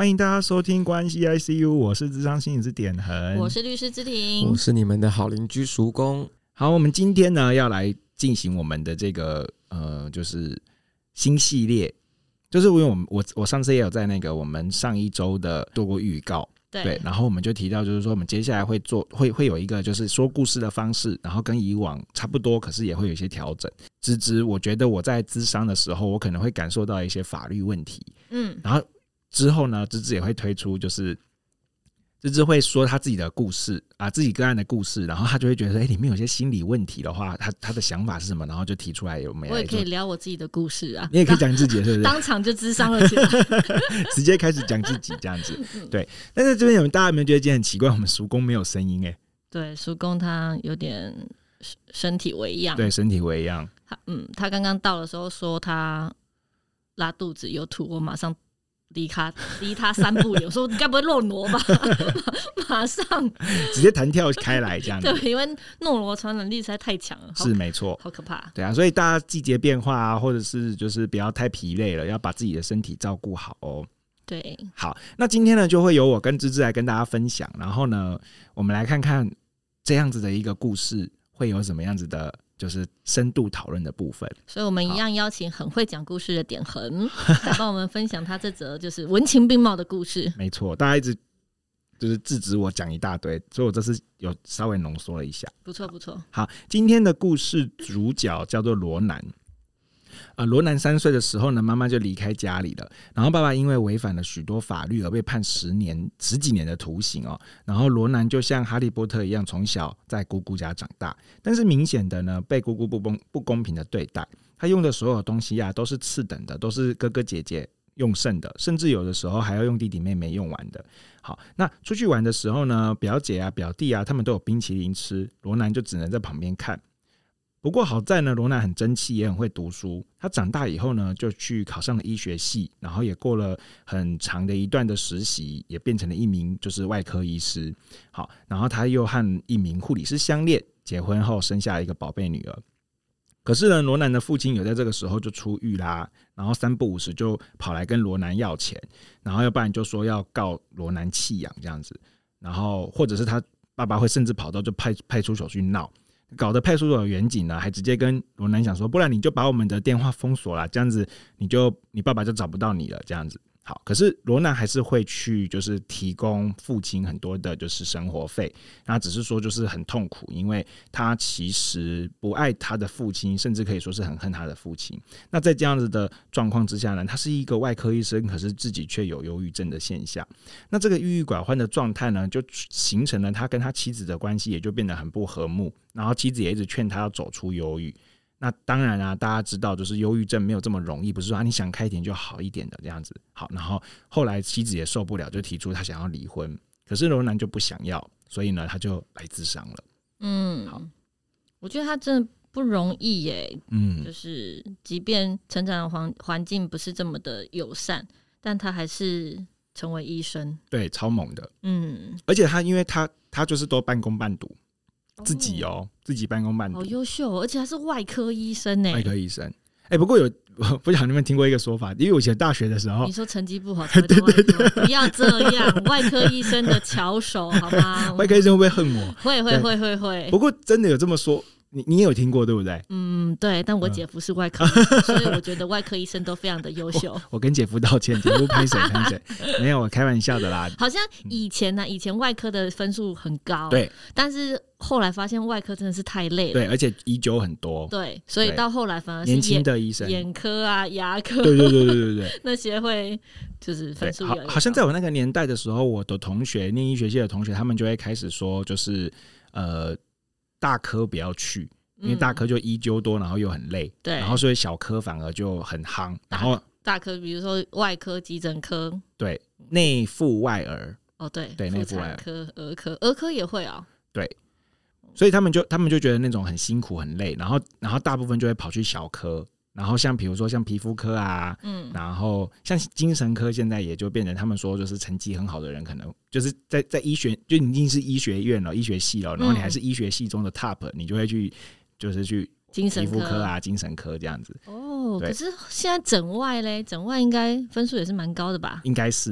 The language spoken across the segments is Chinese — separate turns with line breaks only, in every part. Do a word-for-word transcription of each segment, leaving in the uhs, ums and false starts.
欢迎大家收听关系 I C U， 我是諮商心理師點恆，
我是律師之庭，
我是你们的好邻居叔公。
好，我们今天呢要来进行我们的这个呃，就是新系列，就是因为我们我我上次也有在那个我们上一周的做过预告。对, 对，然后我们就提到，就是说我们接下来会做，会会有一个就是说故事的方式，然后跟以往差不多，可是也会有一些调整。芝芝，我觉得我在諮商的时候，我可能会感受到一些法律问题，嗯，然后之后呢，芝芝也会推出，就是芝芝会说他自己的故事啊，自己个案的故事，然后他就会觉得，哎、欸，里面有些心理问题的话，他他的想法是什么，然后就提出来有没有？
我也可以聊我自己的故事啊，
你也可以讲自己的，是不是？
当场就諮商了起来，
直接开始讲自己这样子。对，但是这边有大家有没有觉得今天很奇怪？我们叔公没有声音哎、欸。
对，叔公他有点身体微恙，
对，身体微恙。
他嗯，他刚刚到的时候说他拉肚子有吐，我马上离他离他三步远，我说你该不会诺罗吧？马上
直接弹跳开来这样子。
对，因为诺罗传染力实在太强了，
是没错，
好可怕。
对啊，所以大家季节变化啊，或者是就是不要太疲累了，要把自己的身体照顾好哦。
对，
好，那今天呢就会由我跟芝芝来跟大家分享，然后呢，我们来看看这样子的一个故事会有什么样子的。就是深度讨论的部分，
所以我们一样邀请很会讲故事的点恒来帮我们分享他这则就是文情并茂的故事。
没错，大家一直就是制止我讲一大堆，所以我这次有稍微浓缩了一下。
不错不错。
好，今天的故事主角叫做罗南。呃，罗南三岁的时候呢，妈妈就离开家里了。然后爸爸因为违反了许多法律而被判十年、十几年的徒刑哦。然后罗南就像哈利波特一样，从小在姑姑家长大，但是明显的呢，被姑姑不公不公平的对待。他用的所有东西啊，都是次等的，都是哥哥姐姐用剩的，甚至有的时候还要用弟弟妹妹用完的。好，那出去玩的时候呢，表姐啊、表弟啊，他们都有冰淇淋吃，罗南就只能在旁边看。不过好在呢，罗南很争气，也很会读书。他长大以后呢，就去考上了医学系，然后也过了很长的一段的实习，也变成了一名就是外科医师。好，然后他又和一名护理师相恋，结婚后生下了一个宝贝女儿。可是呢，罗南的父亲有在这个时候就出狱啦，然后三不五时就跑来跟罗南要钱，然后要不然就说要告罗南弃养这样子，然后或者是他爸爸会甚至跑到就派派出所去闹。搞得派出所的员警呢，还直接跟罗南讲说，不然你就把我们的电话封锁了，这样子你就你爸爸就找不到你了，这样子。好，可是罗南还是会去，就是提供父亲很多的就是生活费，那只是说就是很痛苦，因为他其实不爱他的父亲，甚至可以说是很恨他的父亲。那在这样子的状况之下呢，他是一个外科医生，可是自己却有忧郁症的现象。那这个郁郁寡欢的状态呢，就形成了他跟他妻子的关系也就变得很不和睦，然后妻子也一直劝他要走出忧郁。那当然啊，大家知道，就是忧郁症没有这么容易，不是说啊你想开一点就好一点的这样子。好，然后后来妻子也受不了，就提出他想要离婚，可是罗南就不想要，所以呢，他就来諮商了。
嗯，好，我觉得他真的不容易耶。嗯，就是即便成长的环环境不是这么的友善，但他还是成为医生，
对，超猛的。嗯，而且他因为他他就是都半工半读。自己哦，自己半工半读，
好优秀、哦，而且他是外科医生呢。
外科医生，哎、欸，不过有不晓得你们听过一个说法，因为我以前大学的时候，
你说成绩不好才会当外科，对对对，不要这样，外科医生的巧手，好吗？
外科医生会不会恨我？
会会会会会。不
过真的有这么说。你你也有听过对不对？
嗯，对，但我姐夫是外科医生、嗯、所以我觉得外科医生都非常的优秀。
我, 我跟姐夫道歉，姐夫拍谁拍谁，没有，我开玩笑的啦。
好像以前呢、啊，以前外科的分数很高，
对，
但是后来发现外科真的是太累了，
对，而且医纠很多，
对，所以到后来反而是
年轻的医生，
眼科啊、牙科，
对对对对对对，
那些会就是分数越来越高。
好，好像在我那个年代的时候，我的同学念医学系的同学，他们就会开始说，就是呃，大科不要去。因为大科就医纠多，然后又很累，对，然后所以小科反而就很夯。然后
大科比如说外科、急诊科，
对，内妇外儿，
哦对，
对，内妇外儿
科、儿科，儿科也会啊、哦，
对，所以他们就他们就觉得那种很辛苦很累，然后然后大部分就会跑去小科，然后像比如说像皮肤科啊，嗯，然后像精神科现在也就变成他们说就是成绩很好的人，可能就是在在医学就你已经是医学院了、医学系了，然后你还是医学系中的 top， 你就会去。就是去皮肤科啊、精神科这样子。
哦，可是现在诊外嘞，诊外应该分数也是蛮高的吧？
应该是，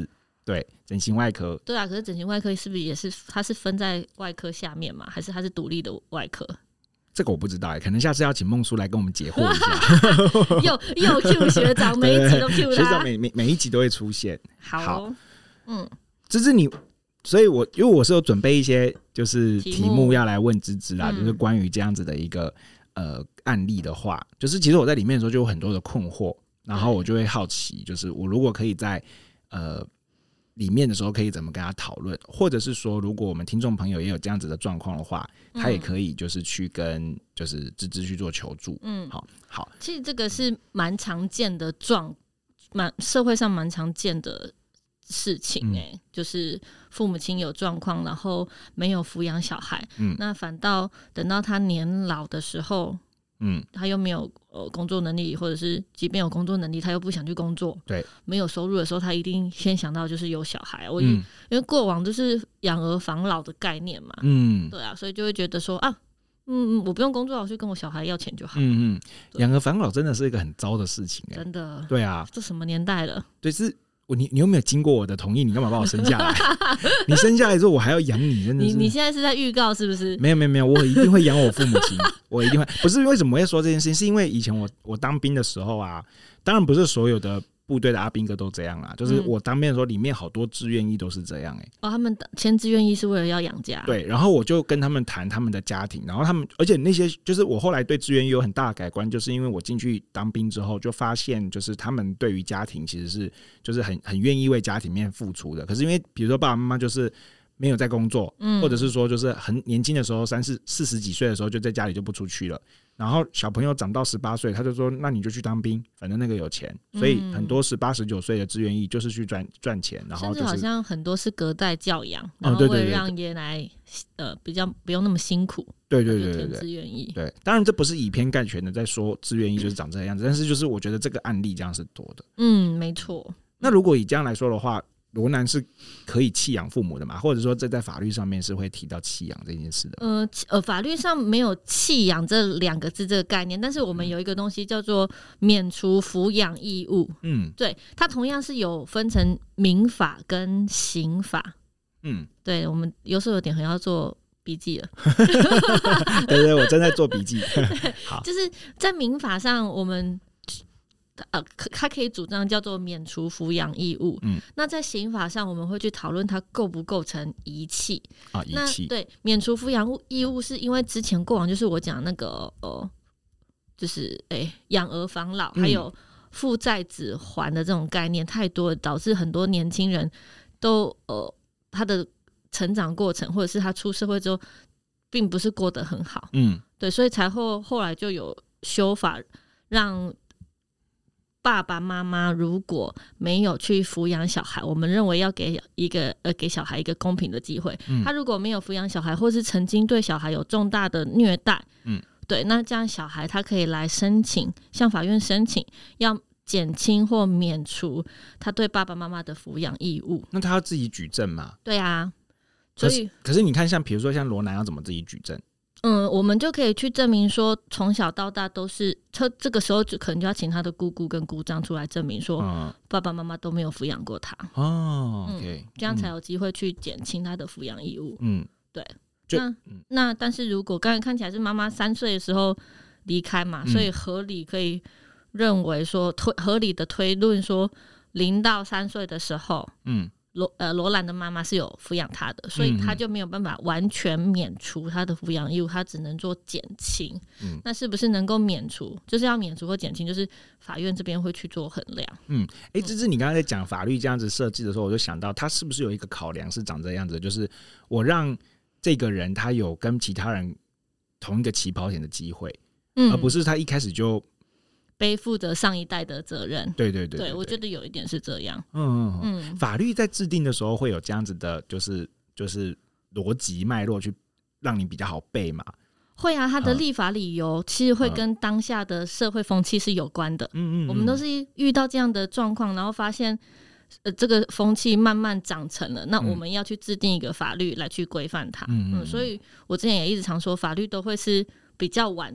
对，整形外科。
对啊，可是整形外科是不是也是它是分在外科下面嘛？还是它是独立的外科？
这个我不知道、欸，可能下次要请孟叔来跟我们解惑一下。
又又 Q 学长，每一集都 Q 他，
学长每每每一集都会出现。
好、哦，
好
嗯，
芝芝你，所以我因为我是有准备一些就是题目要来问芝芝啦，就是关于这样子的一个呃案例的话，就是其实我在里面的时候就有很多的困惑，然后我就会好奇，就是我如果可以在呃。里面的时候可以怎么跟他讨论，或者是说，如果我们听众朋友也有这样子的状况的话，他也可以就是去跟就是芝芝去做求助。嗯，好，好，
其实这个是蛮常见的状，蛮社会上蛮常见的事情哎、欸嗯，就是父母亲有状况，然后没有抚养小孩，嗯，那反倒等到他年老的时候。嗯，他又没有呃工作能力，或者是即便有工作能力，他又不想去工作，
对，
没有收入的时候，他一定先想到就是有小孩。我、嗯、因为过往就是养儿防老的概念嘛，嗯，对啊，所以就会觉得说啊，嗯，我不用工作，我去跟我小孩要钱就好。嗯
嗯，养儿防老真的是一个很糟的事情、欸，
真的，
对啊，
这什么年代了？
对，是。你你有没有经过我的同意？你干嘛把我生下来？你生下来之后，我还要养你，真的是。
你你现在是在预告是不是？
没有没有没有，我一定会养我父母亲，我一定会。不是为什么会说这件事情，是因为以前我我当兵的时候啊，当然不是所有的部队的阿兵哥都这样啦，就是我当兵的时候，里面好多志愿役都是这样哎、欸。
哦，他们签志愿役是为了要养家。
对，然后我就跟他们谈他们的家庭，然后他们，而且那些就是我后来对志愿役有很大的改观，就是因为我进去当兵之后，就发现就是他们对于家庭其实是就是很很愿意为家庭面付出的。可是因为比如说爸爸妈妈就是没有在工作，嗯、或者是说就是很年轻的时候，三四四十几岁的时候就在家里就不出去了。然后小朋友长到十八岁，他就说：“那你就去当兵，反正那个有钱。”所以很多十八、十九岁的志愿役就是去赚赚钱，然后、就是、
甚至好像很多是隔代教养，然后为了让爷奶呃比较不用那么辛苦。
对对对对对，
志愿役。
对，当然这不是以偏概全的在说志愿役就是长这个样子，但是就是我觉得这个案例这样是多的。
嗯，没错。
那如果以这样来说的话，罗南是可以弃养父母的嘛？或者说这在法律上面是会提到弃养这件事的？
呃呃，法律上没有弃养这两个字这个概念，但是我们有一个东西叫做免除抚养义务。嗯，对，它同样是有分成民法跟刑法。嗯，对，我们有时候有点很要做笔记了。
对对，我正在做笔记。
好，就是在民法上，我们。呃，他可以主张叫做免除抚养义务。嗯，那在刑法上，我们会去讨论它构不构成遗弃
啊？遗弃
对，免除抚养义务是因为之前过往就是我讲那个呃，就是哎养儿防老，还有父债子还的这种概念太多了，导致很多年轻人都呃他的成长过程或者是他出社会之后，并不是过得很好。嗯，对，所以才后后来就有修法让。爸爸妈妈如果没有去抚养小孩，我们认为要给一个呃给小孩一个公平的机会。嗯、他如果没有抚养小孩，或是曾经对小孩有重大的虐待，嗯，对，那这样小孩他可以来申请，向法院申请要减轻或免除他对爸爸妈妈的抚养义务。
那他要自己举证吗？
对啊，所以
可是可是你看，像比如说像罗南要怎么自己举证？
嗯，我们就可以去证明说，从小到大都是他这个时候就可能就要请他的姑姑跟姑丈出来证明说，嗯、爸爸妈妈都没有抚养过他。
哦、嗯、，OK，
这样才有机会去减轻他的抚养义务。嗯，对。那、嗯、那但是如果刚才看起来是妈妈三岁的时候离开嘛，嗯、所以合理可以认为说推合理的推论说，零到三岁的时候，嗯。罗呃罗兰的妈妈是有抚养他的，所以他就没有办法完全免除他的抚养义务，他只能做减轻。嗯，那是不是能够免除？就是要免除或减轻，就是法院这边会去做衡量。
嗯，哎、欸，芝芝，你刚刚在讲法律这样子设计的时候，我就想到，他是不是有一个考量是长这样子，就是我让这个人他有跟其他人同一个起跑点的机会，嗯，而不是他一开始就。
背负着上一代的责任，
对对 对, 对, 对,
对，我觉得有一点是这样。
嗯嗯嗯，法律在制定的时候会有这样子的，就是就是逻辑脉络去让你比较好背嘛。
会啊，它的立法理由其实会跟当下的社会风气是有关的。嗯 嗯, 嗯，我们都是遇到这样的状况，然后发现呃这个风气慢慢长成了，那我们要去制定一个法律来去规范它。嗯, 嗯, 嗯，所以我之前也一直常说，法律都会是比较晚。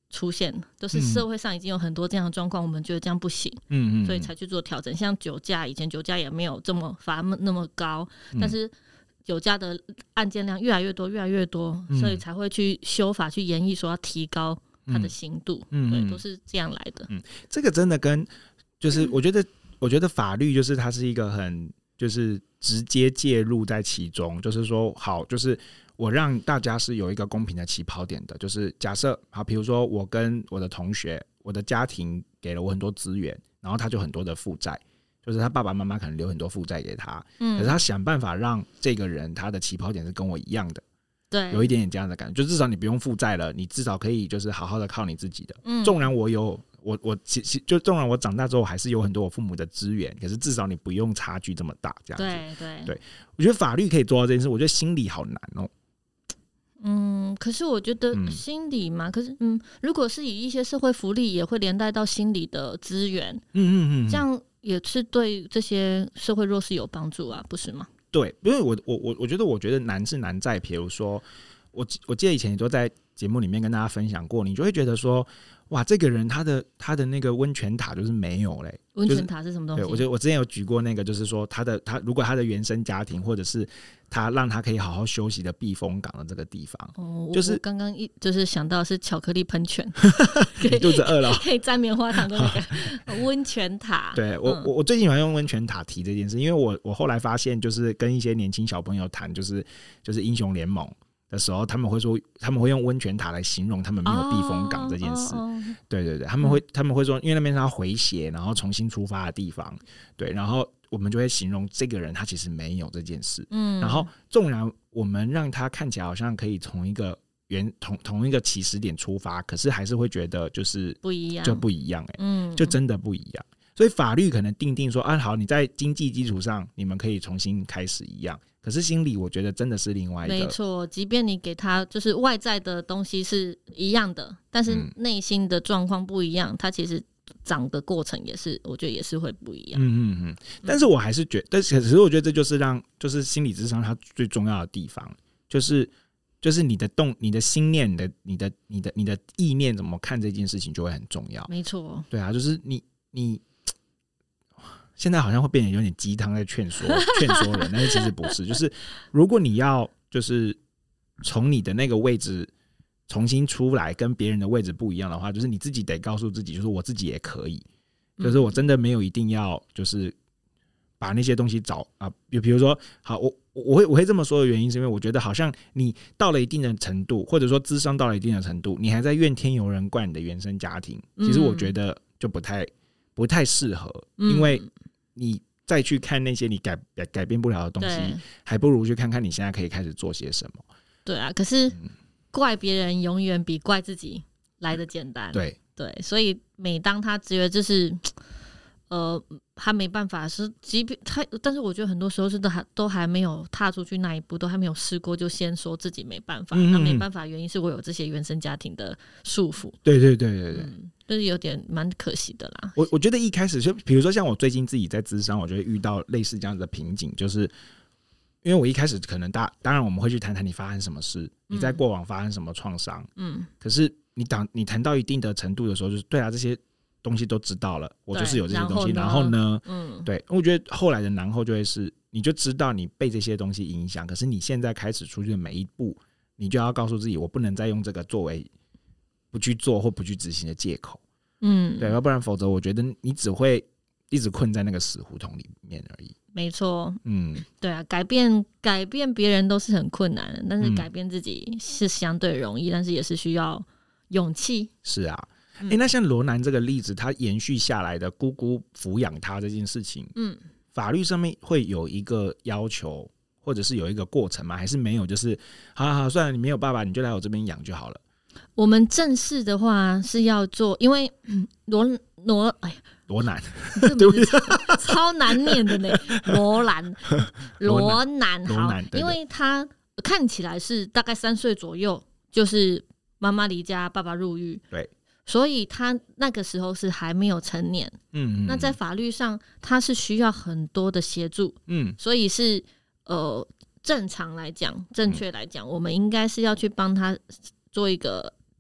出现，都是社会上已经有很多这样的状况，我们觉得这样不行，
嗯嗯，
所以才去做调整。像酒驾，以前酒驾也没有这么罚那么高，
嗯、
但是酒驾的案件量越来越多，越来越多，嗯、所以才会去修法去研议说要提高它的刑度，嗯、对，都是这样来的。
嗯，这个真的跟就是我觉得，我觉得法律就是它是一个很就是直接介入在其中，就是说好，就是我让大家是有一个公平的起跑点的，就是假设好，比如说我跟我的同学，我的家庭给了我很多资源，然后他就很多的负债，就是他爸爸妈妈可能留很多负债给他，嗯，可是他想办法让这个人他的起跑点是跟我一样的。
对，
有一点点这样的感觉，就至少你不用负债了，你至少可以就是好好的靠你自己的。嗯，纵然我有我我其实就纵然我长大之后还是有很多我父母的资源，可是至少你不用差距这么大，这样子。
对对
对，我觉得法律可以做到这件事，我觉得心理好难哦。
嗯，可是我觉得心理嘛，嗯、可是嗯，如果是以一些社会福利，也会连带到心理的资源。嗯嗯嗯，这样也是对这些社会弱势有帮助啊，不是吗？
对，因为我我我我觉得，我觉得难是难在，比如说，我我记得以前你都在节目里面跟大家分享过，你就会觉得说，哇，这个人他的他的那个温泉塔就是没有嘞。
温泉塔是什么东西？
对，我觉得我之前有举过那个，就是说他的他如果他的原生家庭或者是他让他可以好好休息的避风港的这个地方，
哦，
就是
刚刚一就是想到是巧克力喷泉，
肚子饿了
可以沾棉花糖的那个温泉塔。
对我我我最近喜欢用温泉塔提这件事，因为我我后来发现，就是跟一些年轻小朋友谈，就是就是英雄联盟的时候，他们会说他们会用温泉塔来形容他们没有避风港这件事。哦哦哦、对对对，他们会、嗯、他们会说，因为那边是他回血然后重新出发的地方，对，然后我们就会形容这个人他其实没有这件事。嗯，然后纵然我们让他看起来好像可以从一个原同同一个起始点出发，可是还是会觉得就是
不一样，
就不一样哎、欸，嗯，就真的不一样。所以法律可能定定说啊，好，你在经济基础上你们可以重新开始一样，可是心理我觉得真的是另外一个。
没错，即便你给他就是外在的东西是一样的，但是内心的状况不一样，他其实长的过程也是，我觉得也是会不一样。
嗯嗯嗯。但是我还是觉得，但是可是我觉得这就是让就是心理智商它最重要的地方，就是就是你的动、你的心念、你的、你的、你的、你的意念怎么看这件事情就会很重要。
没错。
对啊，就是你你。现在好像会变得有点鸡汤在劝说劝说人，但是其实不是。就是如果你要就是从你的那个位置重新出来，跟别人的位置不一样的话，就是你自己得告诉自己，就是我自己也可以，就是我真的没有一定要就是把那些东西找啊，比比如说，好，我我会我会这么说的原因，是因为我觉得好像你到了一定的程度，或者说諮商到了一定的程度，你还在怨天尤人怪你的原生家庭，其实我觉得就不太不太适合，因为你再去看那些你 改, 改变不了的东西，还不如去看看你现在可以开始做些什么。
对啊，可是怪别人永远比怪自己来得简单。
对
对，所以每当他觉得就是呃，他没办法是，即便他，但是我觉得很多时候是都还都还没有踏出去那一步，都还没有试过，就先说自己没办法。嗯嗯，那没办法原因是我有这些原生家庭的束缚。对
对对对对。
嗯，就是有点蛮可惜的啦。
我我觉得一开始就比如说像我最近自己在諮商，我就会遇到类似这样子的瓶颈，就是因为我一开始可能大当然我们会去谈谈你发生什么事，你在过往发生什么创伤，嗯，可是你当你谈到一定的程度的时候，就是对啊，这些东西都知道了，我就是有这些东西，然后 呢, 然后呢嗯，对，我觉得后来的然后就会是你就知道你被这些东西影响，可是你现在开始出去的每一步，你就要告诉自己，我不能再用这个作为不去做或不去执行的借口，嗯，对，要不然否则我觉得你只会一直困在那个死胡同里面而已。
没错，嗯，对啊，改变改变别人都是很困难的，但是改变自己是相对容易，但是也是需要勇气。
是啊，哎、欸，那像罗南这个例子，他延续下来的姑姑抚养他这件事情，嗯，法律上面会有一个要求，或者是有一个过程吗？还是没有？就是好好好，算了，你没有爸爸，你就来我这边养就好了。
我们正式的话是要做，因为罗罗哎
罗南，
对不起，超难念的呢，罗兰罗南好，因为他看起来是大概三岁左右，就是妈妈离家，爸爸入狱，
对，
所以他那个时候是还没有成年，嗯, 嗯, 嗯，那在法律上他是需要很多的协助，嗯，所以是呃正常来讲，正确来讲、嗯，我们应该是要去帮他做一个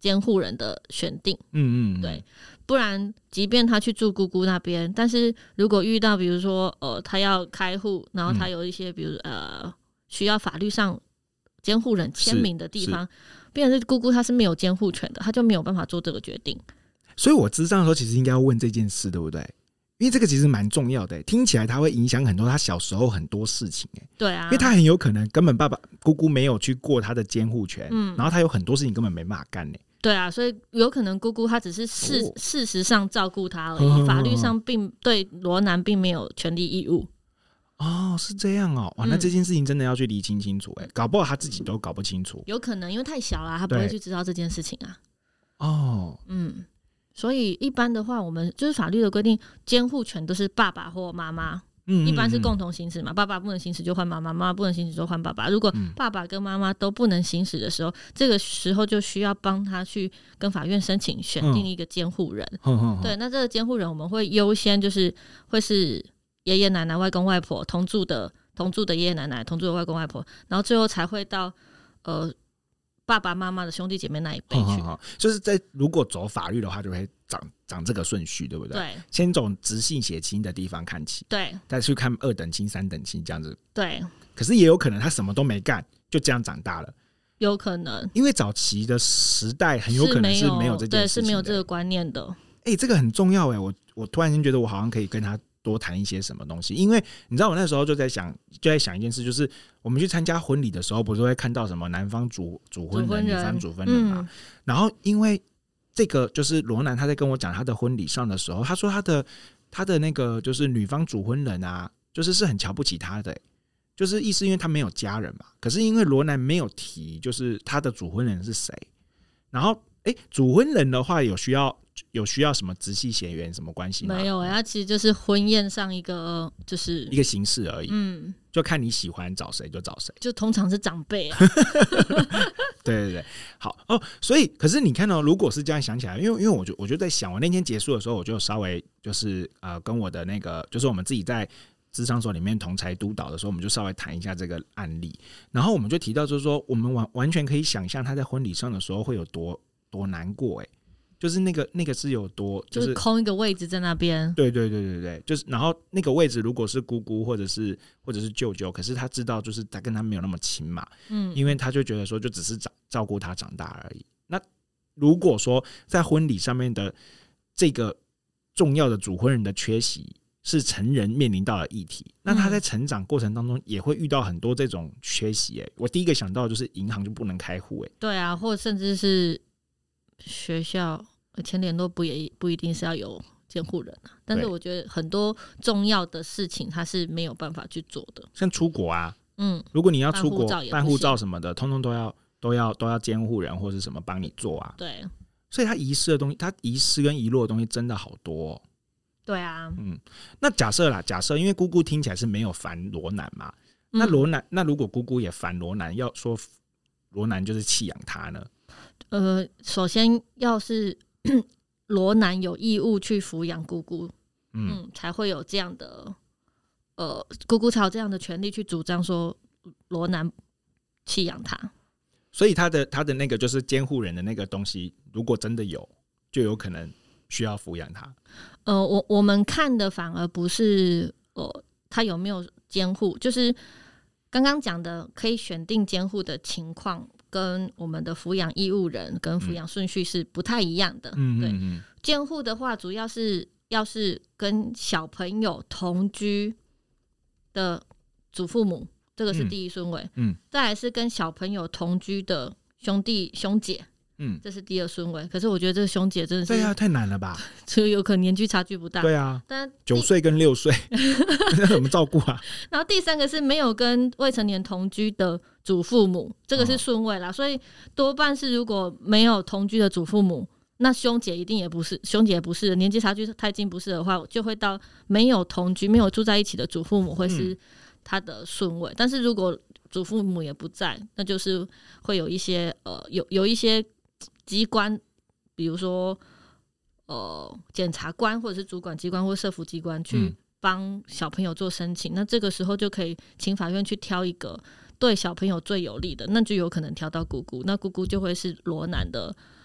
监护人的选定。
嗯嗯，
对，不然即便他去住姑姑那边，但是如果遇到比如说呃他要开户，然后他有一些比如呃需要法律上监护人签名的地方，变成是姑姑他是没有监护权的，他就没有办法做这个决定。
所以我咨商的时候其实应该要问这件事，对不对？因为这个其实蛮重要的，听起来它会影响很多他小时候很多事情。
对啊，
因为他很有可能根本爸爸姑姑没有去过他的监护权，
嗯，
然后他有很多事情根本没办法干。
对啊，所以有可能姑姑她只是事、哦、事实上照顾他而已，
哦、
法律上并对罗南并没有权利义务。
哦，是这样哦，哇，那这件事情真的要去厘清清楚，哎、嗯，搞不好他自己都搞不清楚。
有可能因为太小了，他不会去知道这件事情啊。
哦，
嗯，所以一般的话，我们就是法律的规定，监护权都是爸爸或妈妈。嗯，一般是共同行使嘛，爸爸不能行使就换妈妈，妈妈不能行使就换爸爸。如果爸爸跟妈妈都不能行使的时候，这个时候就需要帮他去跟法院申请选定一个监护人。嗯、对，那这个监护人我们会优先就是会是爷爷奶奶、外公外婆同住的同住的爷爷奶奶、同住的外公外婆，然后最后才会到呃爸爸妈妈的兄弟姐妹那一辈去。
嗯、就是在如果走法律的话，就会长长这个顺序，对不对？
对，
先从直系血亲的地方看起，
对，
再去看二等亲、三等亲这样子。
对，
可是也有可能他什么都没干，就这样长大了。
有可能，
因为早期的时代很有可能是没有这件事情的，
对，是没有这个观念的。
哎、欸，这个很重要哎，我我突然间觉得我好像可以跟他多谈一些什么东西，因为你知道我那时候就在想，就在想一件事，就是我们去参加婚礼的时候，不是会看到什么男方主主婚人、女方主婚人嘛、嗯？然后因为这个就是罗南他在跟我讲他的婚礼上的时候，他说他的他的那个就是女方主婚人啊，就是是很瞧不起他的、欸，就是意思因为他没有家人嘛。可是因为罗南没有提，就是他的主婚人是谁，然后哎、欸，主婚人的话有需要。有需要什么直系血缘什么关系吗？
没有，它其实就是婚宴上一个就是
一个形式而已。
嗯，
就看你喜欢找谁就找谁，
就通常是长辈啊。
对对对，好哦。所以，可是你看到、哦，如果是这样想起来，因为因为我就我就在想，我那天结束的时候，我就稍微就是呃，跟我的那个就是我们自己在諮商所里面同儕督導的时候，我们就稍微谈一下这个案例，然后我们就提到就是说，我们完完全可以想象他在婚礼上的时候会有多多难过，哎。就是那个那个是有多，
就是、就是空一个位置在那边。
对对对对对，就是然后那个位置如果是姑姑或者是或者是舅舅，可是他知道就是他跟他没有那么亲嘛，嗯，因为他就觉得说就只是照照顾他长大而已。那如果说在婚礼上面的这个重要的主婚人的缺席是成人面临到的议题，那他在成长过程当中也会遇到很多这种缺席。哎，我第一个想到的就是银行就不能开户，哎，
对啊，或者甚至是。学校前联络不也不一定是要有监护人啊，但是我觉得很多重要的事情他是没有办法去做的，
像出国啊，
嗯，
如果你要出国办护照什么的，通通都要都要都要监护人或是什么帮你做啊，
对，
所以他遗失的东西，他遗失跟遗落的东西真的好多、哦，
对啊，
嗯，那假设啦，假设因为姑姑听起来是没有烦罗南嘛，那罗南、嗯、那如果姑姑也烦罗南，要说罗南就是弃养他呢？
呃，首先要是罗南有义务去抚养姑姑，嗯, 嗯，才会有这样的，呃，姑姑才有这样的权利去主张说罗南弃养他。
所以他的他的那个就是监护人的那个东西，如果真的有，就有可能需要抚养他。
呃，我我们看的反而不是呃他有没有监护，就是刚刚讲的可以选定监护的情况。跟我们的抚养义务人跟抚养顺序是不太一样的。嗯、对，监护的话，主要是要是跟小朋友同居的祖父母，这个是第一顺位。嗯，再来是跟小朋友同居的兄弟兄姐，嗯，这是第二顺位。可是我觉得这个兄姐真的是，
对啊，太难了吧？
这个有可能年纪差距不大。
对啊，
但
九岁跟六岁，那怎么照顾啊？
然后第三个是没有跟未成年同居的祖父母，这个是顺位啦、哦，所以多半是如果没有同居的祖父母，那兄姐一定也不是，兄姐也不是，年纪差距太近不是的话，就会到没有同居、没有住在一起的祖父母会是他的顺位、嗯。但是如果祖父母也不在，那就是会有一些呃有有一些机关，比如说呃检察官或者是主管机关或社福机关去帮小朋友做申请、嗯，那这个时候就可以请法院去挑一个对小朋友最有利的，那就有可能挑到姑姑，那姑姑就会是罗南的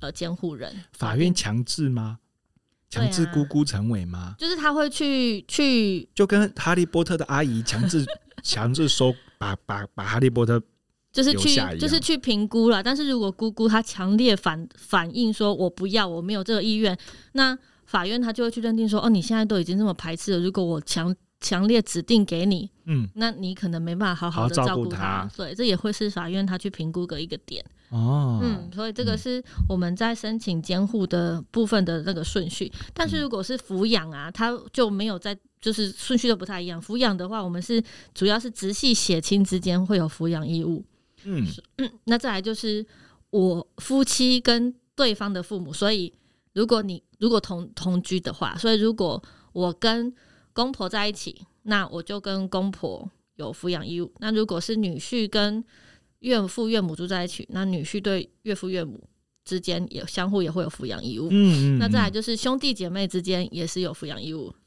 呃监护人。
法院强制吗？强制姑姑成为吗？
啊、就是他会去去，
就跟哈利波特的阿姨强制强制收把把把哈利波特
就是去就是去评估了。但是如果姑姑她强烈反反应说我不要，我没有这个意愿，那法院他就会去认定说，哦，你现在都已经这么排斥了，如果我强强烈指定给你，嗯，那你可能没办法好好的照顾他，对，这也会是法院他去评估的一个点。哦，嗯，所以这个是我们在申请监护的部分的那个顺序。但是如果是抚养啊，他就没有在，就是顺序都不太一样。抚养的话，我们是主要是直系血亲之间会有抚养义务。嗯，那再来就是我夫妻跟对方的父母，所以如果你如果同同居的话，所以如果我跟公婆在一起，那我就跟公婆有抚养义务。那如果是女婿跟岳父岳母住在一起，那女婿对岳父岳母之间也相互也会有抚养义务。嗯嗯嗯，那再来就是兄弟姐妹之间也是有抚养义务。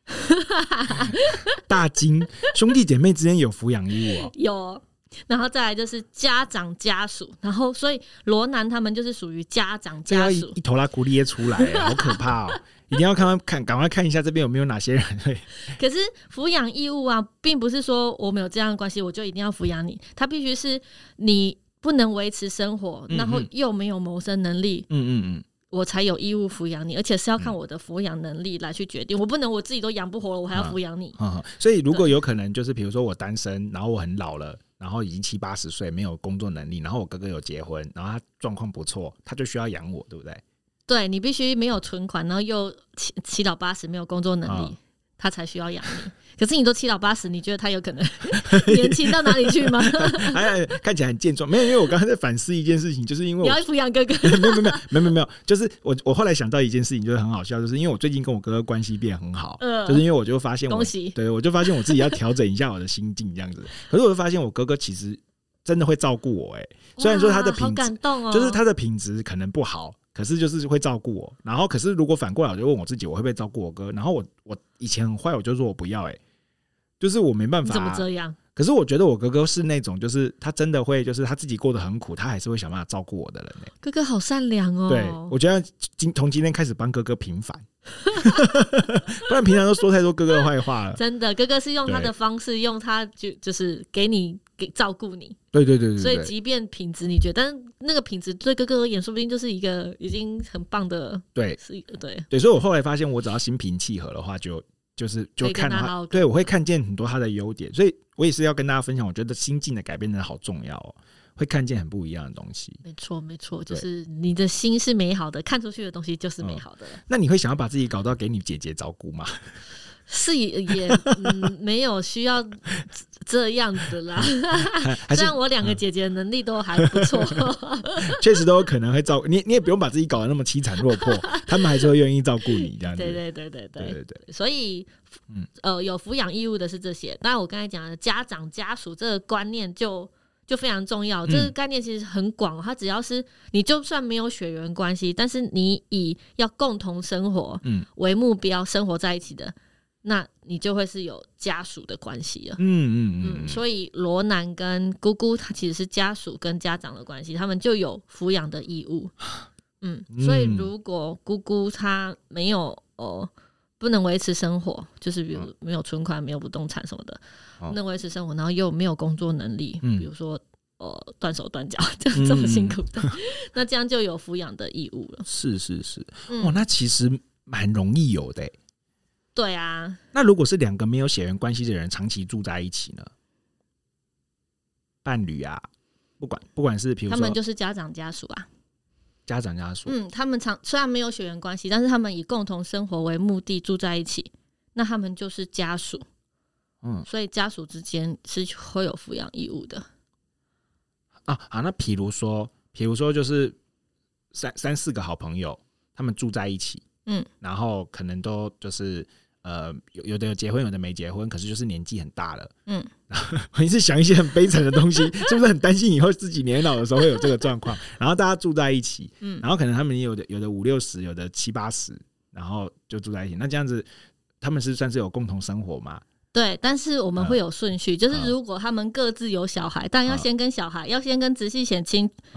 大金兄弟姐妹之间有抚养义务哦，
有。然后再来就是家长家属，然后所以罗南他们就是属于家长家属，
一头拉骨裂出来，好可怕哦！一定要看看，赶快看一下这边有没有哪些人会。
可是抚养义务啊，并不是说我们有这样的关系，我就一定要抚养你。他必须是你不能维持生活，嗯嗯，然后又没有谋生能力，嗯嗯嗯，我才有义务抚养你，而且是要看我的抚养能力来去决定。我不能我自己都养不活了，我还要抚养你。
嗯嗯嗯，所以如果有可能，就是比如说我单身，然后我很老了。然后已经七八十岁，没有工作能力，然后我哥哥有结婚，然后他状况不错，他就需要养我，对不对？
对，你必须没有存款，然后又七七老八十，没有工作能力，哦，他才需要养你。可是你都七老八十，你觉得他有可能年轻到哪里去吗？
还看起来很健壮，没有，因为我刚才在反思一件事情，就是因为
你要抚养哥哥，
没有没有没有没有没有，就是我我后来想到一件事情，就是很好笑，就是因为我最近跟我哥哥关系变很好，呃、就是因为我就发现我，
恭喜，
对，我就发现我自己要调整一下我的心境这样子。可是我就发现我哥哥其实真的会照顾我，哎，虽然说他的品质，
好感动哦，
就是他的品质可能不好。可是就是会照顾我，然后可是如果反过来，我就问我自己，我会不会照顾我哥？然后我我以前很坏，我就说我不要，哎、欸，就是我没办法、啊。
怎么这样？
可是我觉得我哥哥是那种，就是他真的会，就是他自己过得很苦，他还是会想办法照顾我的人、欸。
哥哥好善良哦。
对，我觉得今从今天开始帮哥哥平反，不然平常都说太多哥哥的坏话了。
真的，哥哥是用他的方式，用他就就是给你给照顾你。
对对 对, 对, 对，
所以即便品质你觉得，但是那个品质对哥哥而言，说不定就是一个已经很棒的。
对，
是，对
对，所以我后来发现，我只要心平气和的话，就就是就看他，对我会看见很多他的优点，所以我也是要跟大家分享，我觉得心境的改变真的好重要哦，会看见很不一样的东西。
没错，没错，就是你的心是美好的，看出去的东西就是美好的、嗯。
那你会想要把自己搞到给你姐姐照顾吗？
是也也、嗯、没有需要这样子啦。虽然我两个姐姐的能力都还不错，
确实都有可能会照顾你，你也不用把自己搞得那么凄惨落魄，他们还是会愿意照顾你这样子。
对对对对对
对对对。
所以，呃，有抚养义务的是这些。当然，我刚才讲的家长家属这个观念就就非常重要。这个概念其实很广，它只要是你就算没有血缘关系，但是你以要共同生活为目标生活在一起的。那你就会是有家属的关系了。嗯嗯嗯。所以罗南跟姑姑他其实是家属跟家长的关系，他们就有抚养的义务。嗯，所以如果姑姑她没有呃不能维持生活，就是比如没有存款、没有不动产什么的，不能维持生活，然后又没有工作能力，比如说呃断手断脚这样这么辛苦的，那这样就有抚养的义务了。
是是是，哇，那其实蛮容易有的欸。
对啊，
那如果是两个没有血缘关系的人长期住在一起呢？伴侣啊，不管不管是比如说，
他们就是家长家属啊，
家长家属，
嗯，他们常虽然没有血缘关系，但是他们以共同生活为目的住在一起，那他们就是家属，嗯，所以家属之间是会有抚养义务的。
啊，好，那比如说，比如说就是三三四个好朋友，他们住在一起。嗯，然后可能都就是呃，有有的有结婚，有的没结婚，可是就是年纪很大了。嗯，我一直想一些很悲惨的东西，是不是很担心以后自己年老的时候会有这个状况？然后大家住在一起，嗯，然后可能他们有的有的五六十，有的七八十，然后就住在一起。那这样子，他们是算是有共同生活吗？
对，但是我们会有顺序，嗯、就是如果他们各自有小孩，当然要先跟小孩，嗯、要先跟直系血亲。嗯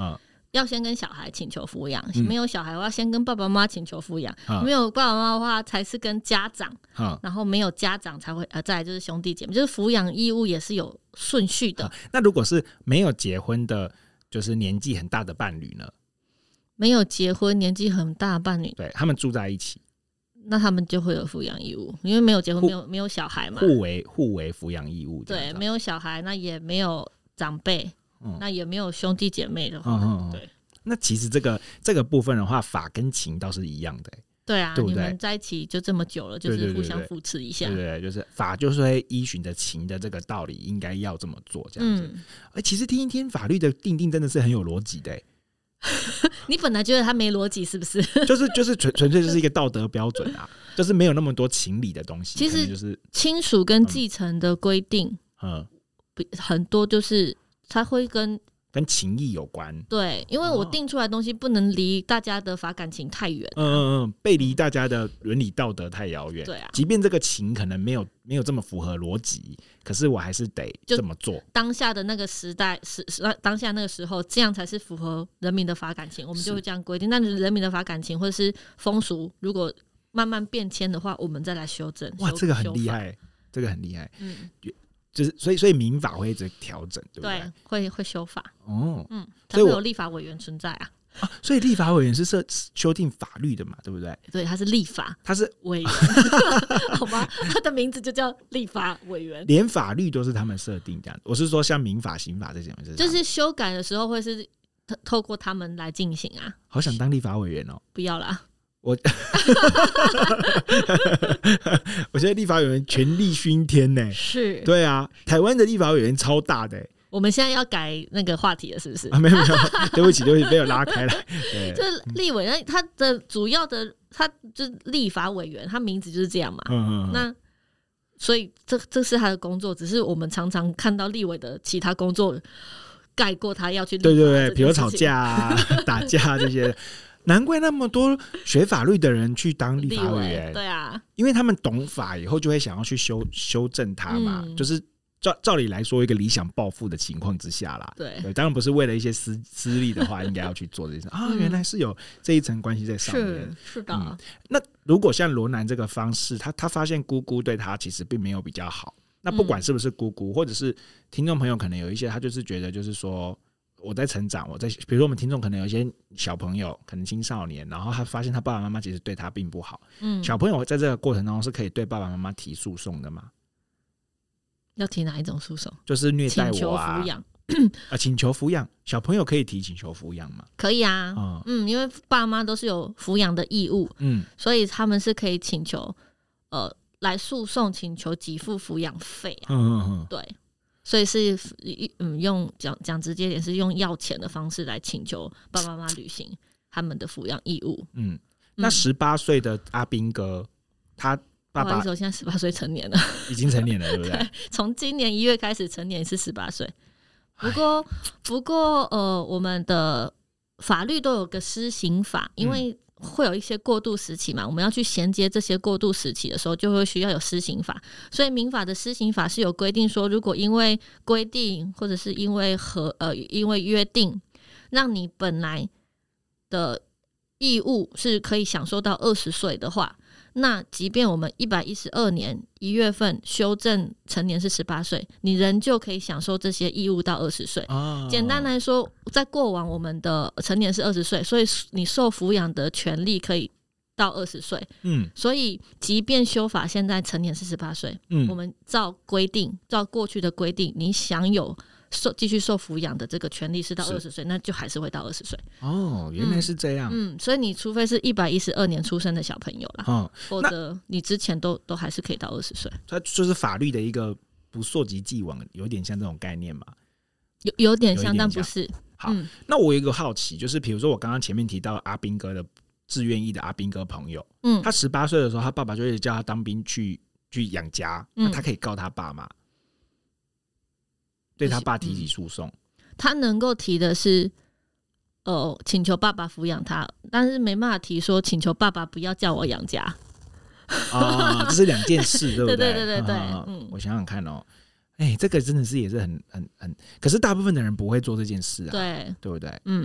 要先跟小孩请求抚养，
嗯、
没有小孩的话，先跟爸爸妈妈请求抚养、
嗯，
没有爸爸妈妈的话，才是跟家长，
嗯、
然后没有家长才会，呃，再来就是兄弟姐妹，就是抚养义务也是有顺序的、
嗯。那如果是没有结婚的，就是年纪很大的伴侣呢？
没有结婚年纪很大的伴侣，
对他们住在一起，
那他们就会有抚养义务，因为没有结婚，没有没有小孩嘛，
互为互为抚养义务。
对，没有小孩，那也没有长辈、嗯，那也没有兄弟姐妹的话，嗯嗯嗯对。
那其实这个这个部分的话，法跟情倒是一样的、欸。
对啊，
对不对？
你们在一起就这么久了，就是互相扶持一下。
对 对, 对, 对, 对，就是法就是会依循着情的这个道理，应该要这么做这样子。嗯欸、其实听一听法律的定定真的是很有逻辑的、欸。
你本来觉得他没逻辑是不是？
就是就是纯纯粹就是一个道德标准啊，就是没有那么多情理的东西。
其实
就是
亲属跟继承的规定，嗯，很多就是它会跟
跟情义有关。
对，因为我定出来的东西不能离大家的法感情太远、啊，
嗯嗯嗯，背离大家的伦理道德太遥远。
对啊，
即便这个情可能没有没有这么符合逻辑，可是我还是得这么做。
当下的那个时代时当下那个时候，这样才是符合人民的法感情，我们就会这样规定。但是人民的法感情或者是风俗，如果慢慢变迁的话，我们再来修正。
哇，这个很厉害，这个很厉害。嗯。就是所以，所以民法会一直调整，对不对？
对，会会修法哦，嗯，才
会
有立法委员存在啊。
啊所以立法委员是设修订法律的嘛，对不对？
对，他是立法，
他是
委员，好吧？他的名字就叫立法委员，
连法律都是他们设定这样。我是说，像民法、刑法这些，
就是修改的时候会是透过他们来进行啊。
好想当立法委员哦！
不要啦。
我我觉得立法委员权力熏天呢、欸，
是，
对啊，台湾的立法委员超大的、欸。
我们现在要改那个话题了，是不是？
啊，没有没有，对不起对不起，被我拉开来。
就是立委，那他的主要的，他就是立法委员，他名字就是这样嘛。嗯嗯嗯那所以这这是他的工作，只是我们常常看到立委的其他工作盖过他要去立法。对对对，
比如吵架啊、打架这些。难怪那么多学法律的人去当立法委员，
对啊，
因为他们懂法以后就会想要去修修正它嘛，嗯、就是照照理来说，一个理想抱负的情况之下啦，
对，
对，当然不是为了一些私私利的话，应该要去做这件事啊，原来是有这一层关系在上面，
是是的、嗯。
那如果像罗南这个方式，他他发现姑姑对他其实并没有比较好，那不管是不是姑姑，嗯、或者是听众朋友可能有一些他就是觉得就是说。我在成长，我在比如说我们听众可能有一些小朋友，可能青少年，然后他发现他爸爸妈妈其实对他并不好。嗯，小朋友在这个过程当中是可以对爸爸妈妈提诉讼的吗？
要提哪一种诉讼？
就是虐待我啊，
请求抚养
啊，请求抚养，小朋友可以提请求抚养吗？
可以啊，嗯, 嗯，因为爸妈都是有抚养的义务，嗯，所以他们是可以请求呃来诉讼，请求给付抚养费啊，嗯嗯嗯，对。所以是嗯，用讲讲直接点，是用要钱的方式来请求爸爸妈妈履行他们的抚养义务。嗯，
那十八岁的阿兵哥，他爸爸，
不好意思，我现在十八岁成年了，
已经成年了，对不对？
对，从今年一月开始成年是十八岁。不过，不过呃，我们的法律都有个施行法，因为。会有一些过渡时期嘛，我们要去衔接这些过渡时期的时候，就会需要有施行法。所以民法的施行法是有规定说，如果因为规定或者是因为和呃因为约定，让你本来的义务是可以享受到二十岁的话，那即便我们一百一十二年一月份修正成年是十八岁，你仍旧可以享受这些义务到二十岁。哦、简单来说，在过往我们的成年是二十岁，所以你受抚养的权利可以到二十岁。嗯，所以即便修法现在成年是十八岁，嗯，我们照规定，照过去的规定，你享有受继续受抚养的这个权利是到二十岁，那就还是会到二十岁。
哦，原来是这样。
嗯，嗯所以你除非是一百一十二年出生的小朋友啦，哦、否则你之前都都还是可以到二十岁。
它就是法律的一个不溯及既往，有点像这种概念嘛。
有有点像，但不是。
好、嗯，那我有一个好奇，就是比如说我刚刚前面提到阿兵哥的志愿役的阿兵哥朋友，嗯，他十八岁的时候，他爸爸就会叫他当兵去去养家，嗯、那他可以告他爸妈。对他爸提起诉讼、
嗯，他能够提的是，呃，请求爸爸抚养他，但是没办法提说请求爸爸不要叫我养家。
啊、哦，这是两件事，对不对？
对对对对对。
嗯，我想想看哦，哎、欸，这个真的是也是很很很，可是大部分的人不会做这件事啊，
对，
对不对？
嗯，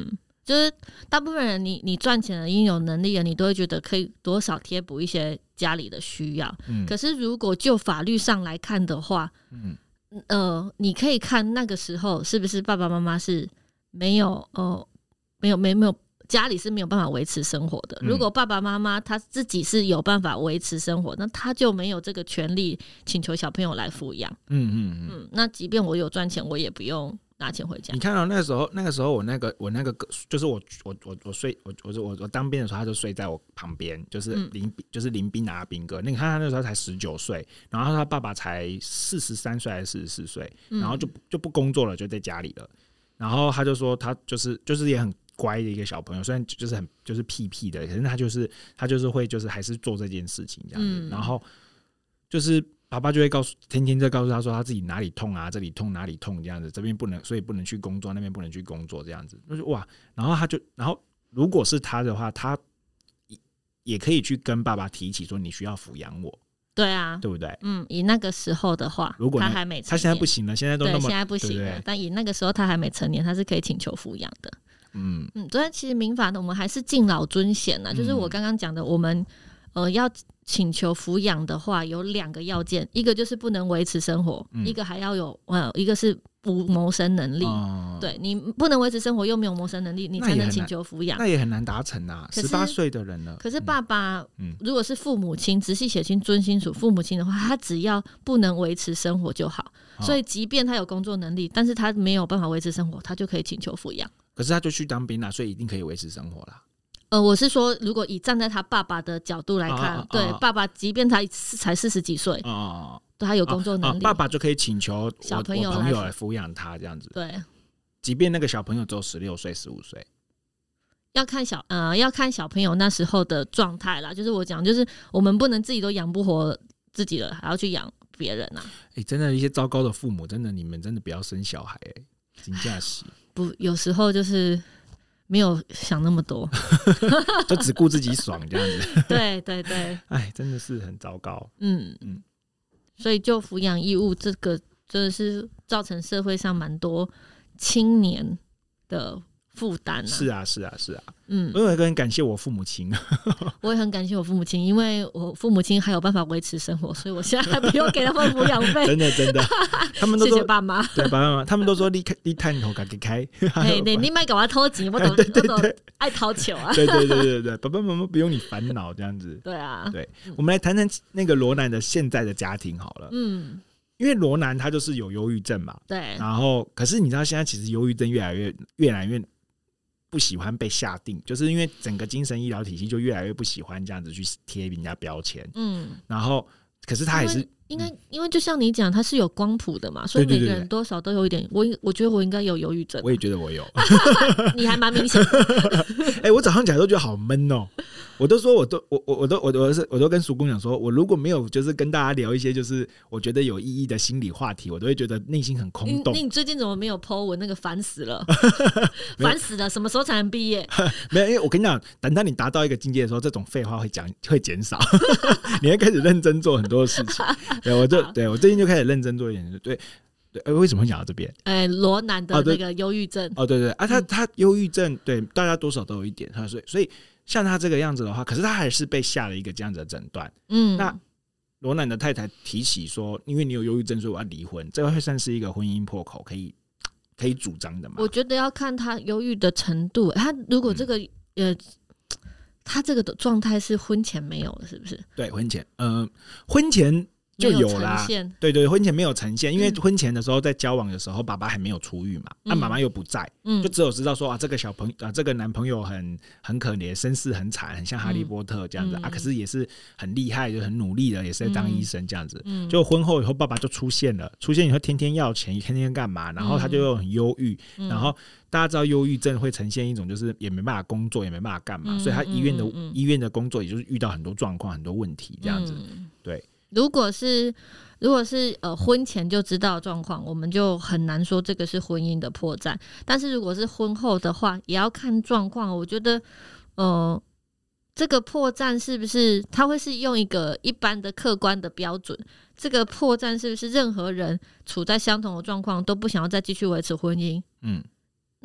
就是大部分人你你赚钱了，已经有能力了，你都会觉得可以多少贴补一些家里的需要。嗯、可是如果就法律上来看的话，嗯，呃，你可以看那个时候是不是爸爸妈妈是没有呃没有没有没有家里是没有办法维持生活的。嗯、如果爸爸妈妈他自己是有办法维持生活，那他就没有这个权利请求小朋友来抚养。嗯嗯嗯，那即便我有赚钱，我也不用拿钱回家。
你看到、哦、那个时候，那个时候我那个我那个就是我我我我睡我我我我当兵的时候，他就睡在我旁边，就是林、嗯、就是林兵拿兵哥。你看他那时候才十九岁，然后他爸爸才四十三岁还是四十四岁，然后就就不工作了，就在家里了。然后他就说他就是就是也很乖的一个小朋友，虽然就是很就是屁屁的，可是他就是他就是会就是还是做这件事情这样子。嗯、然后就是爸爸就会告诉天天在告诉他说他自己哪里痛啊，这里痛哪里痛这样子，这边不能，所以不能去工作，那边不能去工作这样子。就是哇，然后他就然后如果是他的话，他也可以去跟爸爸提起说你需要抚养我。
对啊，
对不对？
嗯，以那个时候的话，如果他还没成年，
他现在不行了，现在都那么，
对，现在不行了。对对，但以那个时候他还没成年，他是可以请求抚养的。嗯嗯，所以其实民法呢，我们还是敬老尊贤呐。嗯、就是我刚刚讲的，我们呃要请求抚养的话，有两个要件，一个就是不能维持生活，嗯、一个还要有呃，一个是无谋生能力。哦、对，你不能维持生活又没有谋生能力，你才能请求抚养，
那也很难达成啊。十八岁的人了，
可是爸爸，嗯、如果是父母亲直系血亲尊亲属父母亲的话，他只要不能维持生活就好。哦、所以即便他有工作能力，但是他没有办法维持生活，他就可以请求抚养。
可是他就去当兵了，所以一定可以维持生活啦。
呃，我是说，如果以站在他爸爸的角度来看，哦、对、哦、爸爸，即便他才四十几岁，哦，对他有工作能力，
哦哦，爸爸就可以请求小朋友朋友来抚养他这样子。
对，
即便那个小朋友只有十六岁、十五岁，
要看小呃要看小朋友那时候的状态啦。就是我讲，就是我们不能自己都养不活自己了，还要去养别人啊。
哎，欸，真的，一些糟糕的父母，真的，你们真的不要生小孩，哎，真假是
不，有时候就是没有想那么多，
就只顾自己爽这样子。
对对对，
哎，真的是很糟糕。嗯嗯，
所以就抚养义务这个，真的是造成社会上蛮多青年的负担啊。
是啊，是啊，是啊。嗯，我也很感谢我父母亲，
我也很感谢我父母亲，因为我父母亲还有办法维持生活，所以我现在还不用给他们抚养费。
真的真的，他们都说
谢谢爸妈，
对爸妈，他们都说你你探头给开，
嘿，你你卖给我偷钱，我懂，我懂，爱讨球啊。
对对对对对，爸爸妈妈不用你烦恼这样子。
对啊，
对，我们来谈谈那个罗南的现在的家庭好了。嗯。因为罗南他就是有忧郁症嘛，
对，
然后可是你知道现在其实忧郁症越来越越来越不喜欢被下定，就是因为整个精神医疗体系就越来越不喜欢这样子去贴人家标签，嗯，然后可是他还是
应该，因为就像你讲，他是有光谱的嘛，所以每个人多少都有一点。我我觉得我应该有忧郁症，
我也觉得我有，
你还蛮明显的。
哎、欸，我早上起来都觉得好闷哦、喔，我都说我都我我我都我都是我都跟叔公讲说，我如果没有就是跟大家聊一些就是我觉得有意义的心理话题，我都会觉得内心很空洞。
你你最近怎么没有 po 文？那个烦死了，烦死了，什么时候才能毕业？
没有，因为我跟你讲，等到你达到一个境界的时候，这种废话会讲会减少，你会开始认真做很多事情。对，我就对我最近就开始认真做一点。对对，呃，为什么会讲到这边？
哎，罗南的那个忧郁症。
哦，对对啊，他他忧郁症，对大家多少都有一点，所以所以像他这个样子的话，可是他还是被下了一个这样子的诊断。嗯，那罗南的太太提起说，因为你有忧郁症，所以我要离婚，这个会算是一个婚姻破口，可以可以主张的吗？
我觉得要看他忧郁的程度。他如果这个、嗯、呃。他这个的状态是婚前没有的，是不是？
对，婚前，呃，婚前就有啦。有对对，婚前没有呈现，因为婚前的时候在交往的时候，爸爸还没有出狱嘛，那、嗯啊、妈妈又不在，嗯，就只有知道说啊，这个小朋友啊，这个男朋友很很可怜，身世很惨，很像哈利波特这样子、嗯、啊，可是也是很厉害，就很努力的，也是在当医生这样子。嗯，就婚后以后，爸爸就出现了，出现以后天天要钱，天天干嘛，然后他就又很忧郁，嗯、然后。大家知道忧郁症会呈现一种就是也没办法工作也没办法干嘛、嗯、所以他医院的、嗯嗯、医院的工作也就是遇到很多状况很多问题这样子、嗯、对。
如果是如果是呃婚前就知道的状况，我们就很难说这个是婚姻的破绽，但是如果是婚后的话也要看状况。我觉得呃这个破绽是不是他会是用一个一般的客观的标准，这个破绽是不是任何人处在相同的状况都不想要再继续维持婚姻，嗯，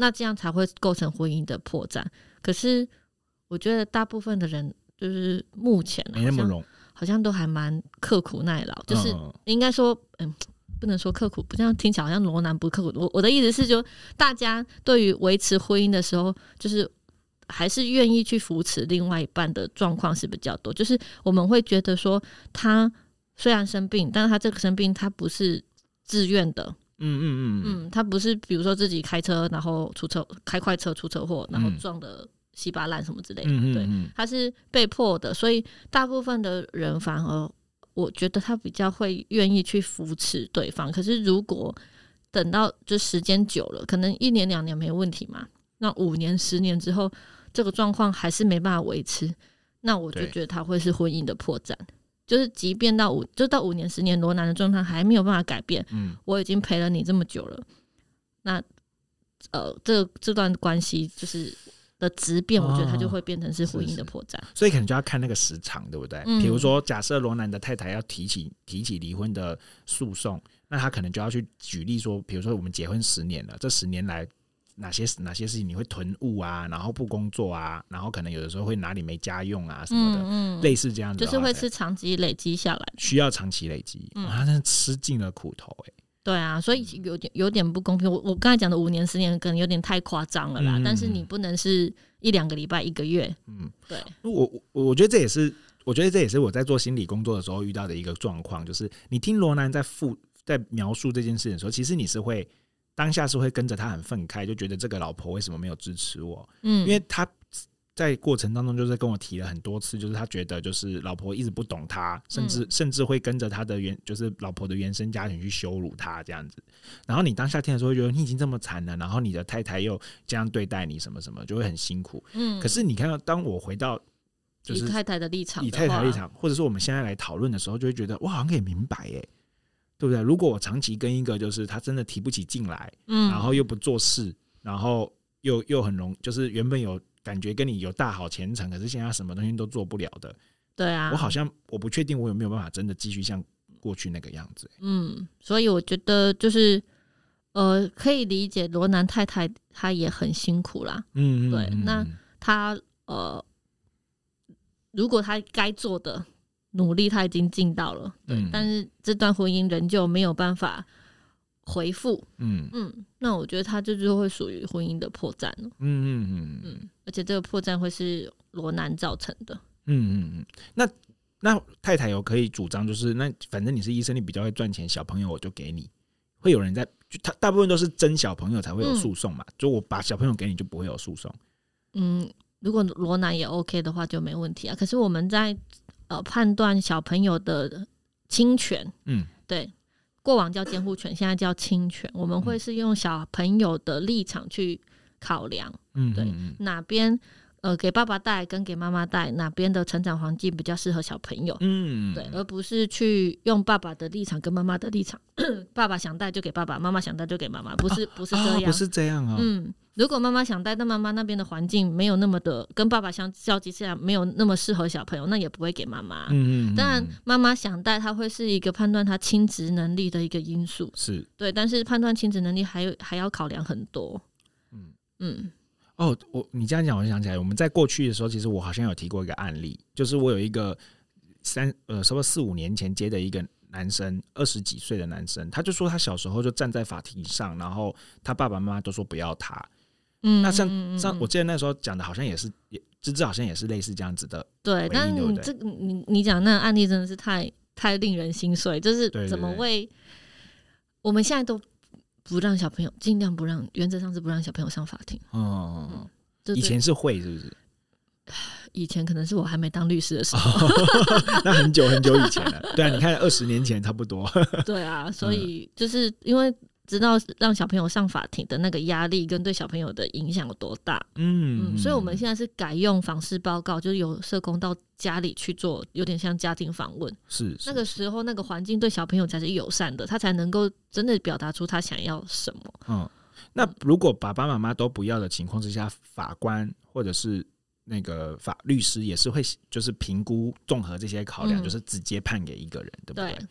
那这样才会构成婚姻的破绽。可是我觉得大部分的人就是目前
没那么容易，
好像都还蛮刻苦耐劳，就是应该说，嗯，不能说刻苦，不这样听起来好像罗南不刻苦。我我的意思是就，大家对于维持婚姻的时候，就是还是愿意去扶持另外一半的状况是比较多。就是我们会觉得说，他虽然生病，但是他这个生病他不是自愿的。嗯嗯嗯嗯，他不是比如说自己开车然后出车开快车出车祸，然后撞的稀巴烂什么之类的，嗯、对，他是被迫的，所以大部分的人反而我觉得他比较会愿意去扶持对方。可是如果等到就时间久了，可能一年两年没问题嘛，那五年十年之后这个状况还是没办法维持，那我就觉得他会是婚姻的破绽。就是即便到五就到五年十年，罗南的状态还没有办法改变，嗯，我已经陪了你这么久了，那呃这这段关系就是的质变，我觉得它就会变成是婚姻的破绽、哦、
所以可能就要看那个时长，对不对？比、嗯、如说假设罗南的太太要提起提起离婚的诉讼，那他可能就要去举例说，比如说我们结婚十年了，这十年来哪些哪些事情你会囤物啊，然后不工作啊，然后可能有的时候会哪里没家用啊什么的，嗯嗯类似这样子，
就是会是长期累积下来，
需要长期累积，嗯、他真的吃尽了苦头哎、欸。
对啊，所以有点有点不公平。我我刚才讲的五年十年可能有点太夸张了啦、嗯，但是你不能是一两个礼拜一个月，嗯，对。
我我我觉得这也是我觉得这也是我在做心理工作的时候遇到的一个状况，就是你听罗南在复在描述这件事情的时候，其实你是会。当下是会跟着他很愤慨，就觉得这个老婆为什么没有支持我？嗯，因为他在过程当中就是跟我提了很多次，就是他觉得就是老婆一直不懂他，甚至、嗯、甚至会跟着他的原就是老婆的原生家庭去羞辱他这样子。然后你当下听的时候会觉得你已经这么惨了，然后你的太太又这样对待你什么什么，就会很辛苦。嗯，可是你看到当我回到就是
以太太的立场的话，
以太太的立场，或者说我们现在来讨论的时候，就会觉得哇，好像可以明白耶。对不对？如果我长期跟一个就是他真的提不起劲来、嗯，然后又不做事，然后又又很容，就是原本有感觉跟你有大好前程，可是现在什么东西都做不了的，
对啊，
我好像我不确定我有没有办法真的继续像过去那个样子。
嗯，所以我觉得就是呃，可以理解罗南太太她也很辛苦啦。嗯，对，嗯那她呃，如果她该做的。努力他已经尽到了，对、嗯，但是这段婚姻仍旧没有办法回复，嗯嗯，那我觉得他就是会属于婚姻的破绽了，嗯嗯嗯嗯，而且这个破绽会是罗南造成的，
嗯嗯嗯，那那太太有可以主张，就是那反正你是医生，你比较会赚钱，小朋友我就给你，会有人在，就他大部分都是真小朋友才会有诉讼嘛、嗯，就我把小朋友给你就不会有诉讼，
嗯，如果罗南也 OK 的话就没问题啊，可是我们在。呃，判断小朋友的亲权，嗯，对，过往叫监护权，现在叫亲权，我们会是用小朋友的立场去考量，嗯，对，嗯、哪边呃给爸爸带跟给妈妈带，哪边的成长环境比较适合小朋友，嗯，对，而不是去用爸爸的立场跟妈妈的立场，爸爸想带就给爸爸，妈妈想带就给妈妈，不是、哦、不是这样、哦，
不是这样啊、哦，
嗯。如果妈妈想带，但妈妈那边的环境没有那么的跟爸爸相交集起来没有那么适合小朋友，那也不会给妈妈。嗯嗯。当然，妈妈想带，她会是一个判断她亲职能力的一个因素。是。对，但是判断亲职能力还有还要考量很多。嗯
嗯。哦，我你这样讲，我就想起来，我们在过去的时候，其实我好像有提过一个案例，就是我有一个三呃，差不多四五年前接的一个。男生二十几岁的男生，他就说他小时候就站在法庭上，然后他爸爸妈妈都说不要他。嗯，那像像我记得那时候讲的，好像也是，也芝芝好像也是类似这样子的。
对，但是你这个你你讲那个案例真的是太太令人心碎，就是怎么为我们现在都不让小朋友，尽量不让，原则上是不让小朋友上法庭。哦、嗯，
以前是会是不是？
以前可能是我还没当律师的时候、
哦、那很久很久以前了。对啊，你看二十年前差不多。
对啊，所以就是因为知道让小朋友上法庭的那个压力跟对小朋友的影响有多大， 嗯, 嗯所以我们现在是改用访视报告，就是有社工到家里去做，有点像家庭访问。是, 是那个时候那个环境对小朋友才是友善的，他才能够真的表达出他想要什么。
嗯，那如果爸爸妈妈都不要的情况之下，法官或者是那个法律师也是会就是评估综合这些考量、嗯、就是直接判给一个人，对不对？对，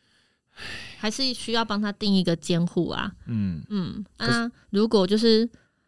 还是需要帮他定一个监护啊。嗯嗯啊，如果就是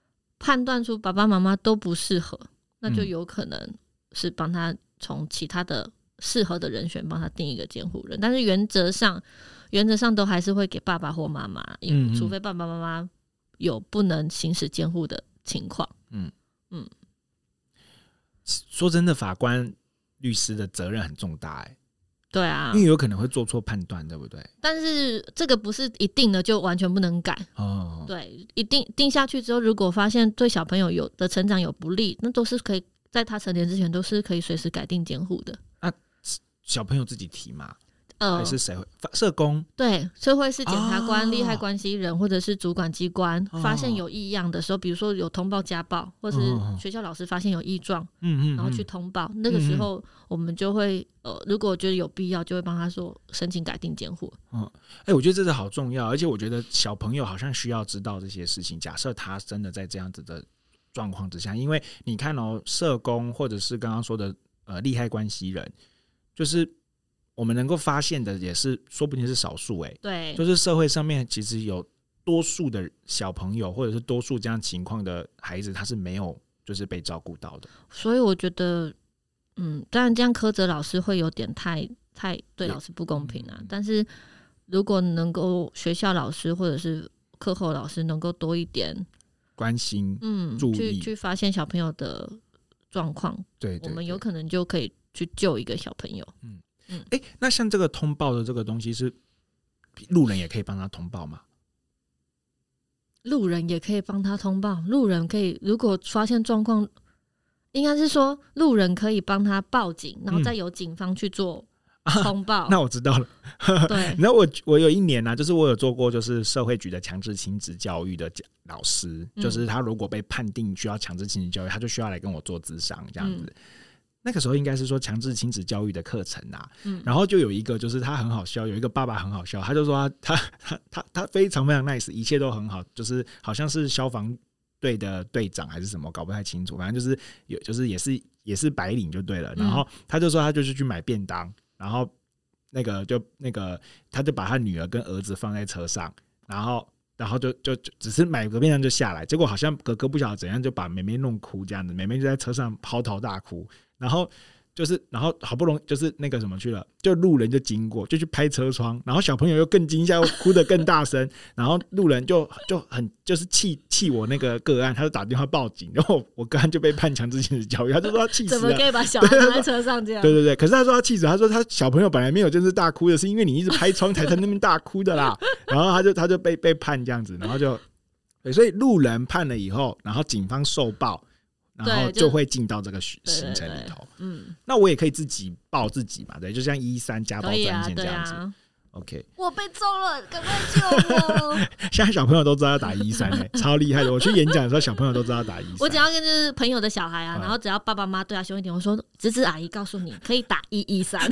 判断出爸爸妈妈都不适合，那就
嗯
有可能是帮他从其他的适合的人选帮他定一个监护人，但是原则上原则上都还是会给爸爸或妈妈，
嗯嗯
除非爸爸妈妈有不能行使监护的情况。
嗯
嗯，
说真的，法官、律师的责任很重大哎、
对啊
因，为有可能会做错判断，对不对？
但是这个不是一定的就完全不能改。
哦，
对，一定定下去之后，如果发现对小朋友有的成长有不利，那都是可以在他成年之前都是可以随时改定监护的。
小朋友自己提嘛，
呃
还是谁会？社工？
对，社会是检察官、
哦
利害关系人或者是主管机关、
哦
发现有异样的时候，比如说有通报家暴，或是
哦
学校老师发现有异状，
嗯嗯，
然后去通报，那个时候我们就会呃，如果觉得有必要，就会帮他说申请改定监护。
哎、欸，我觉得这是好重要，而且我觉得小朋友好像需要知道这些事情。假设他真的在这样子的状况之下，因为你看哦，社工或者是刚刚说的呃利害关系人，就是我们能够发现的也是说不定是少数，哎，
对，
就是社会上面其实有多数的小朋友或者是多数这样情况的孩子，他是没有就是被照顾到的。
所以我觉得，嗯，当然这样苛责老师会有点太太对老师不公平啊。
嗯、
但是如果能够学校老师或者是课后老师能够多一点
关心，
嗯，
注意
去去发现小朋友的状况，
对, 对, 对，
我们有可能就可以去救一个小朋友。
嗯嗯，哎、欸，那像这个通报的这个东西是路人也可以帮他通报吗？
路人也可以帮他通报，路人可以如果发现状况，应该是说路人可以帮他报警，然后再由警方去做通报。
啊、那我知道了。
对，
你知道我我有一年啊，就是我有做过就是社会局的强制亲子教育的老师，
嗯、
就是他如果被判定需要强制亲子教育，他就需要来跟我做咨商这样子。
嗯，
那个时候应该是说强制亲子教育的课程啊，
嗯，
然后就有一个就是他很好笑，有一个爸爸很好笑，他就说他他他他他非常非常 nice， 一切都很好，就是好像是消防队的队长还是什么，搞不太清楚，反正就是有就是也是也是白领就对了。然后他就说他就是去买便当，然后那个就那个他就把他女儿跟儿子放在车上，然后。然后就就只是买个便当就下来，结果好像哥哥不晓得怎样就把妹妹弄哭这样子，妹妹就在车上嚎啕大哭，然后就是然后好不容易就是那个什么去了，就路人就经过就去拍车窗，然后小朋友又更惊吓，又哭得更大声，然后路人就就很就是气气我那个个案，他就打电话报警，然后我个案就被判强制亲子教育，他就说他气死了，
怎么可以把小孩放在车上这样？
对对对，可是他说他气死，他说他小朋友本来没有就是大哭的，是因为你一直拍窗才在那边大哭的啦，然后他就他就被被判这样子，然后就对，所以路人判了以后，然后警方受报。然后就会进到这个行程里头。嗯，那我也可以自己报自己嘛，对，就像一三家暴专线这样子。啊、OK，
我被揍了，赶快救我！
现在小朋友都知道要打一三嘞，超厉害的。我去演讲的时候，小朋友都知道要打一三。
我只要跟就是朋友的小孩啊，然后只要爸爸妈妈对他凶一点，我说芝芝阿姨告诉你，可以打一一三，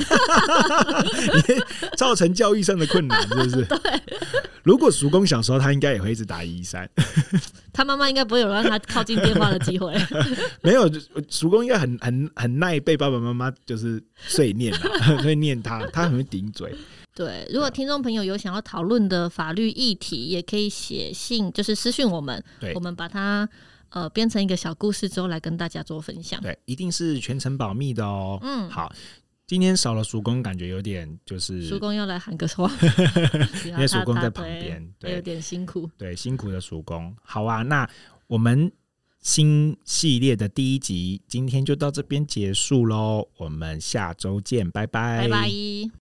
造成教育上的困难，是不是？
对。
如果叔公小时候，他应该也会一直打一一三。
他妈妈应该不会有让他靠近电话的机会。
没有，叔公应该很很很耐被爸爸妈妈就是碎念啦，会念他，他很会顶嘴。
对，如果听众朋友有想要讨论的法律议题，也可以写信，就是私讯我们，我们把它呃编成一个小故事之后来跟大家做分享。
对，一定是全程保密的哦。
嗯，
好。今天少了叔公，感觉有点就是
叔公要来喊个话，
因为叔公在旁边，对，
有点辛苦，
对，辛苦的叔公。好啊，那我们新系列的第一集今天就到这边结束喽，我们下周见，拜拜，
拜拜。